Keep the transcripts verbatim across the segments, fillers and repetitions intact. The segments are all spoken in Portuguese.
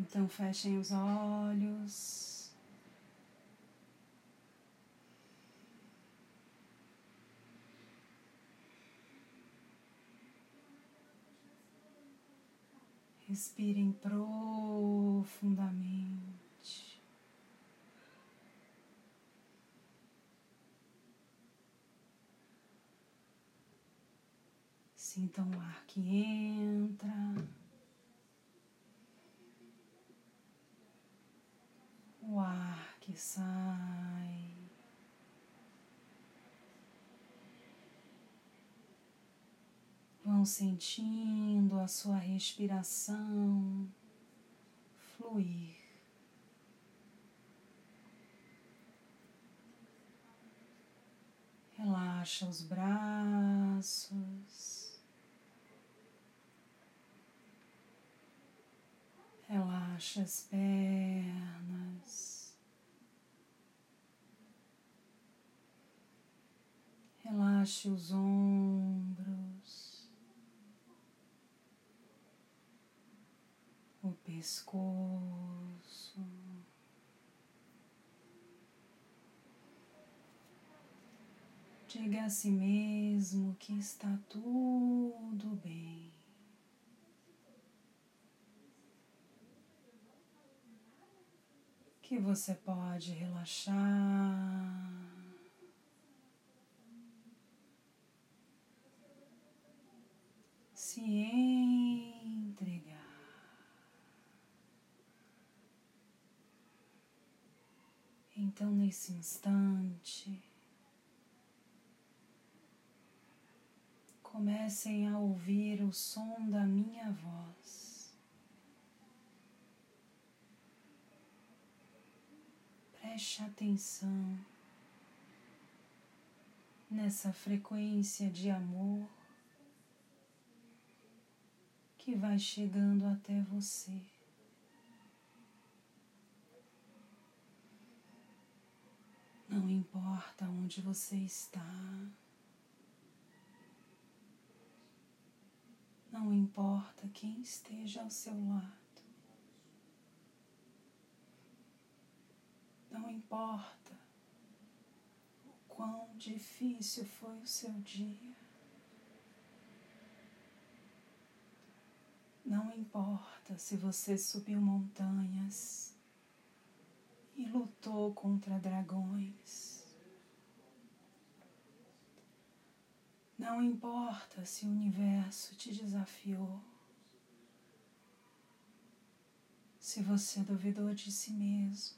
Então fechem os olhos. Respirem profundamente. Sintam o ar que entra. O ar que sai. Vão sentindo a sua respiração fluir. Relaxa os braços. Relaxa as pernas. Relaxe os ombros. O pescoço. Diga a si mesmo que está tudo bem. Que você pode relaxar. Se entregar. Então, nesse instante, comecem a ouvir o som da minha voz. Preste atenção nessa frequência de amor que vai chegando até você. Não importa onde você está, não importa quem esteja ao seu lado, não importa o quão difícil foi o seu dia, não importa se você subiu montanhas e lutou contra dragões. Não importa se o universo te desafiou, se você duvidou de si mesmo,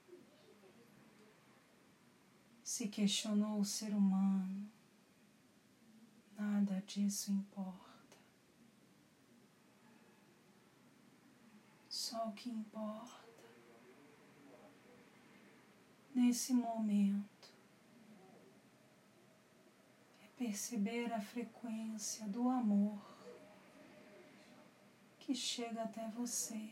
se questionou o ser humano, nada disso importa. Só o que importa nesse momento é perceber a frequência do amor que chega até você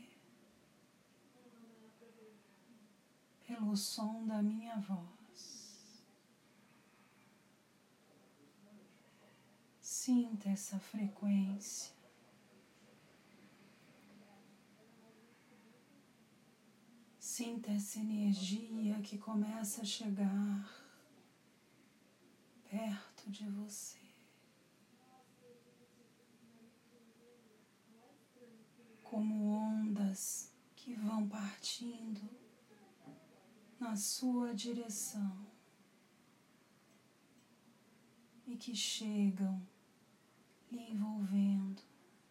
pelo som da minha voz. Sinta essa frequência. Sinta essa energia que começa a chegar perto de você. Como ondas que vão partindo na sua direção e que chegam lhe envolvendo.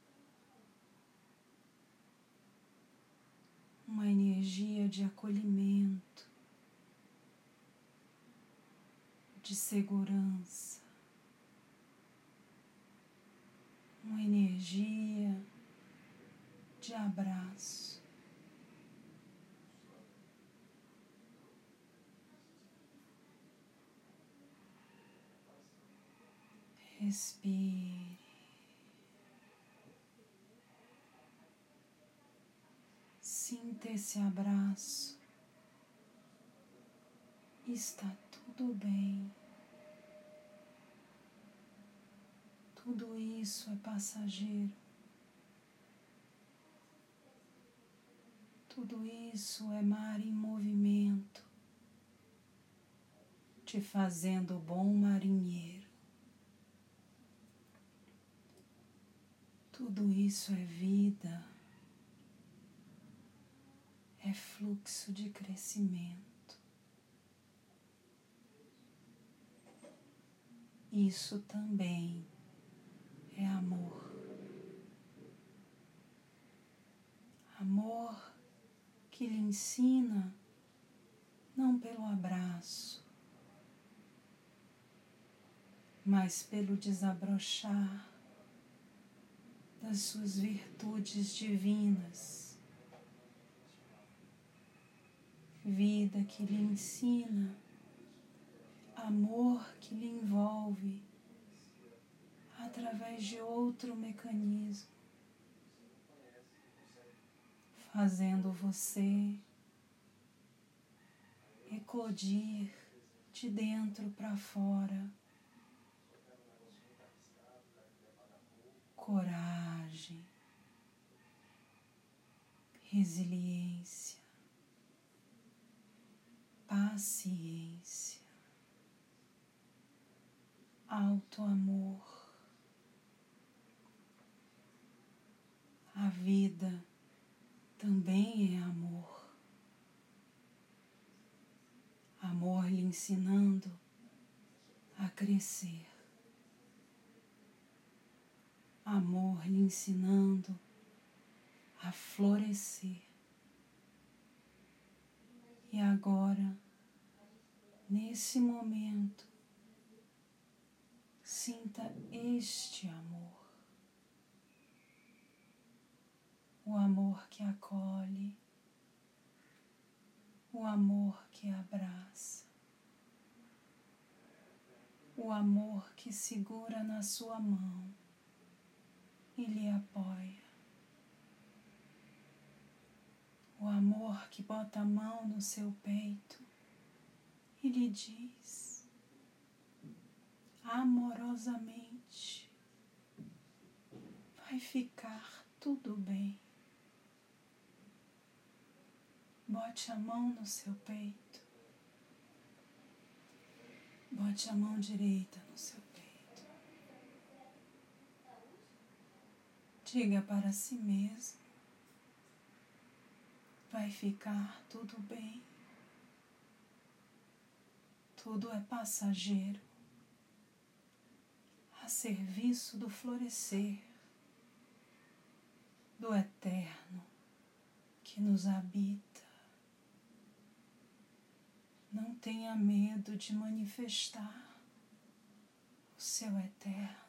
Uma energia de acolhimento, de segurança, uma energia de abraço. Respire. Sinta esse abraço. Está tudo bem. Tudo isso é passageiro. Tudo isso é mar em movimento, te fazendo bom marinheiro. Tudo isso é vida, é fluxo de crescimento. Isso também é amor. Amor que lhe ensina não pelo abraço, mas pelo desabrochar das suas virtudes divinas. Vida que lhe ensina, amor que lhe envolve através de outro mecanismo, fazendo você eclodir de dentro para fora coragem, resiliência, paciência, auto-amor. A vida também é amor. Amor lhe ensinando a crescer. Amor lhe ensinando a florescer. E agora, nesse momento, sinta este amor. O amor que acolhe, o amor que abraça, o amor que segura na sua mão e lhe apoia, o amor que bota a mão no seu peito e lhe diz amorosamente: vai ficar tudo bem. Bote a mão no seu peito. Bote a mão direita no seu peito. Diga para si mesmo: vai ficar tudo bem. Tudo é passageiro, a serviço do florescer, do eterno que nos habita. Não tenha medo de manifestar o seu eterno.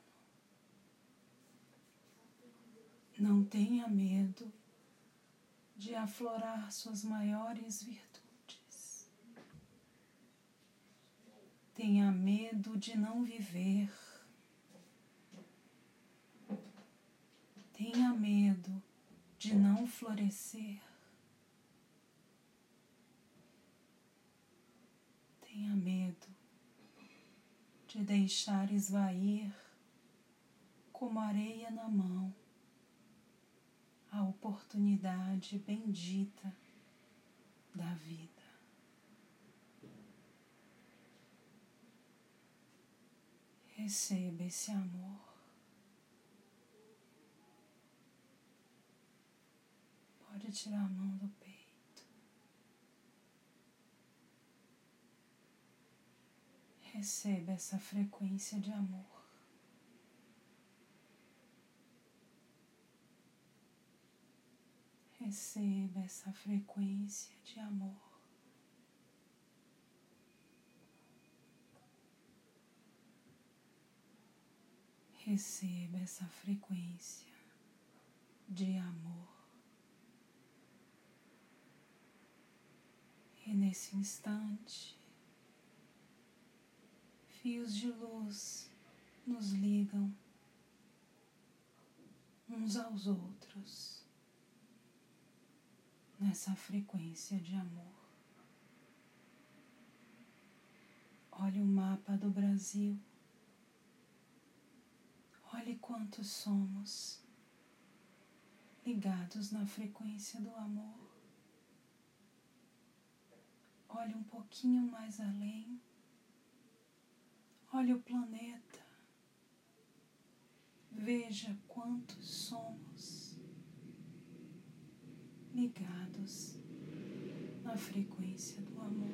Não tenha medo de aflorar suas maiores virtudes. Tenha medo de não viver. Tenha medo de não florescer. Tenha medo de deixar esvair, como areia na mão, a oportunidade bendita da vida. Receba esse amor. Pode tirar a mão do peito. Receba essa frequência de amor. Receba essa frequência de amor. Receba essa frequência de amor. E nesse instante, fios de luz nos ligam uns aos outros nessa frequência de amor. Olhe o mapa do Brasil. Olhe quantos somos ligados na frequência do amor. Olhe um pouquinho mais além. Olhe o planeta. Veja quantos somos ligados na frequência do amor.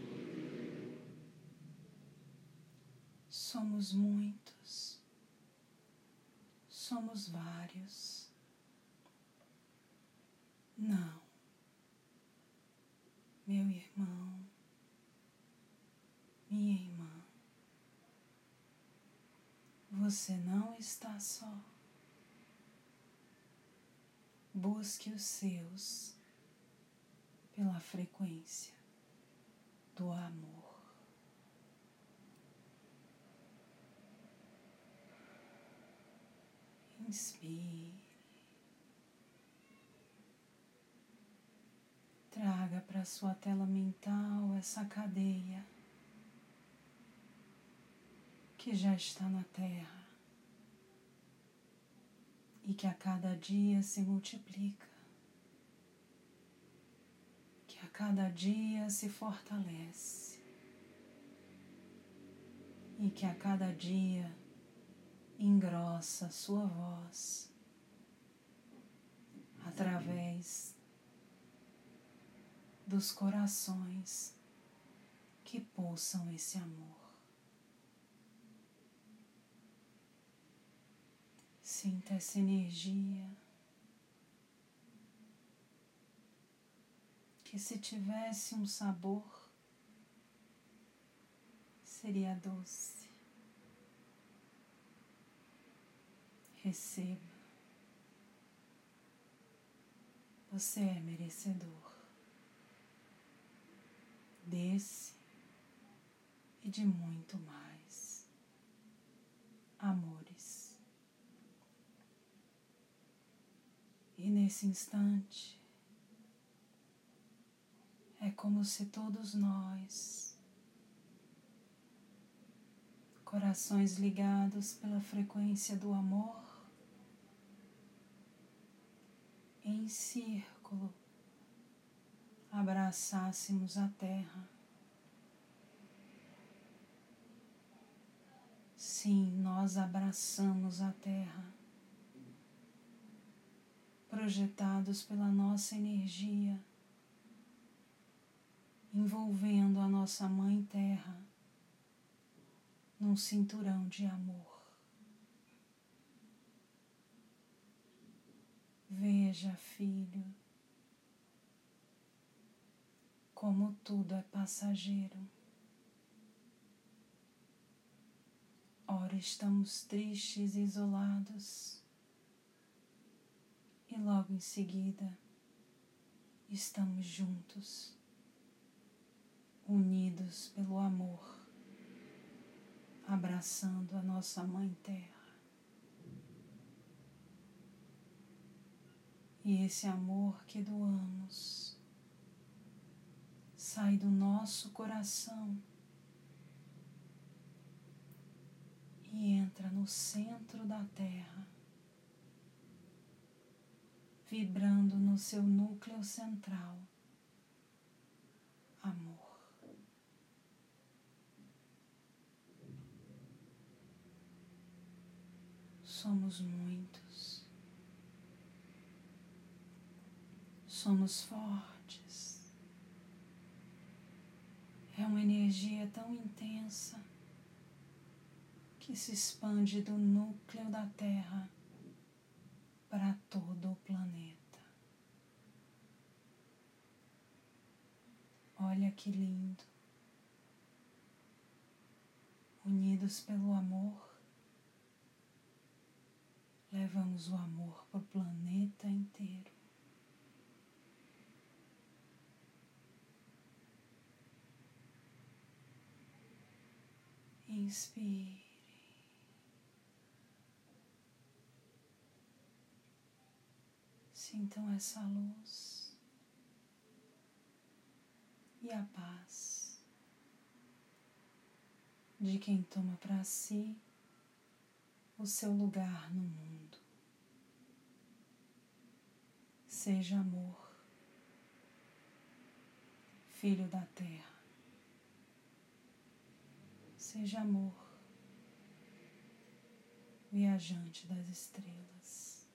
Somos muitos, somos vários. Não, meu irmão, minha irmã, você não está só. Busque os seus pela frequência do amor. Inspire. Traga para sua tela mental essa cadeia que já está na Terra e que a cada dia se multiplica, que a cada dia se fortalece e que a cada dia engrossa sua voz através dos corações que pulsam esse amor. Sinta essa energia que, se tivesse um sabor, seria doce. Receba. Você é merecedor desse e de muito mais amores. E nesse instante, é como se todos nós, corações ligados pela frequência do amor, em círculo, abraçássemos a Terra. Sim, nós abraçamos a Terra, projetados pela nossa energia, envolvendo a nossa Mãe Terra num cinturão de amor. Veja, filho, como tudo é passageiro. Ora estamos tristes e isolados, e logo em seguida estamos juntos, unidos pelo amor, abraçando a nossa Mãe Terra. E esse amor que doamos sai do nosso coração e entra no centro da Terra, vibrando no seu núcleo central, amor. Somos muitos, somos fortes. É uma energia tão intensa que se expande do núcleo da Terra para todo o planeta. Olha que lindo. Unidos pelo amor, levamos o amor para o planeta inteiro. Inspire. Sintam essa luz e a paz de quem toma para si o seu lugar no mundo. Seja amor, filho da terra, Seja amor, viajante das estrelas.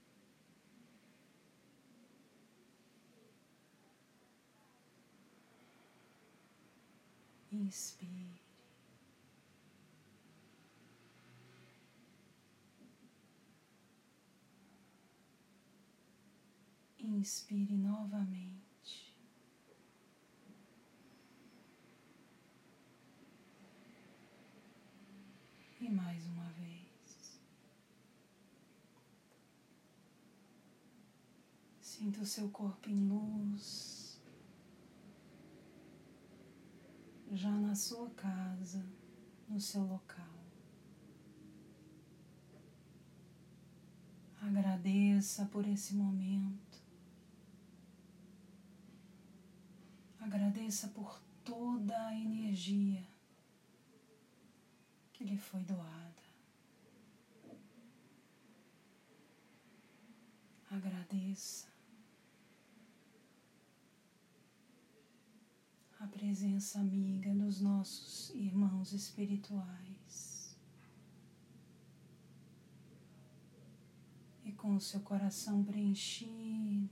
Inspire. Inspire novamente. E mais uma vez. Sinta o seu corpo em luz, já na sua casa, no seu local. Agradeça por esse momento. Agradeça por toda a energia que lhe foi doada. Agradeça a presença amiga dos nossos irmãos espirituais. E com o seu coração preenchido,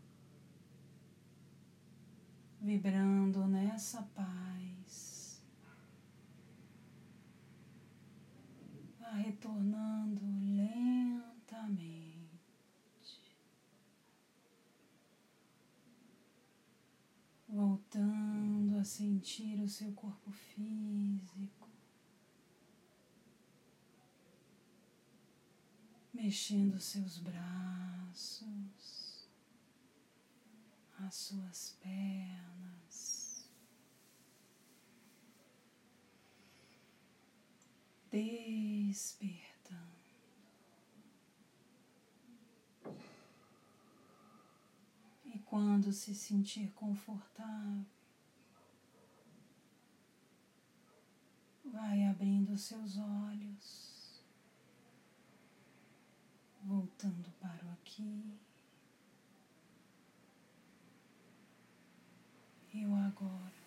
vibrando nessa paz, vá retornando lentamente, voltando a sentir o seu corpo físico, mexendo seus braços, as suas pernas, despertando. E quando se sentir confortável, vai abrindo seus olhos, voltando para o aqui e o agora.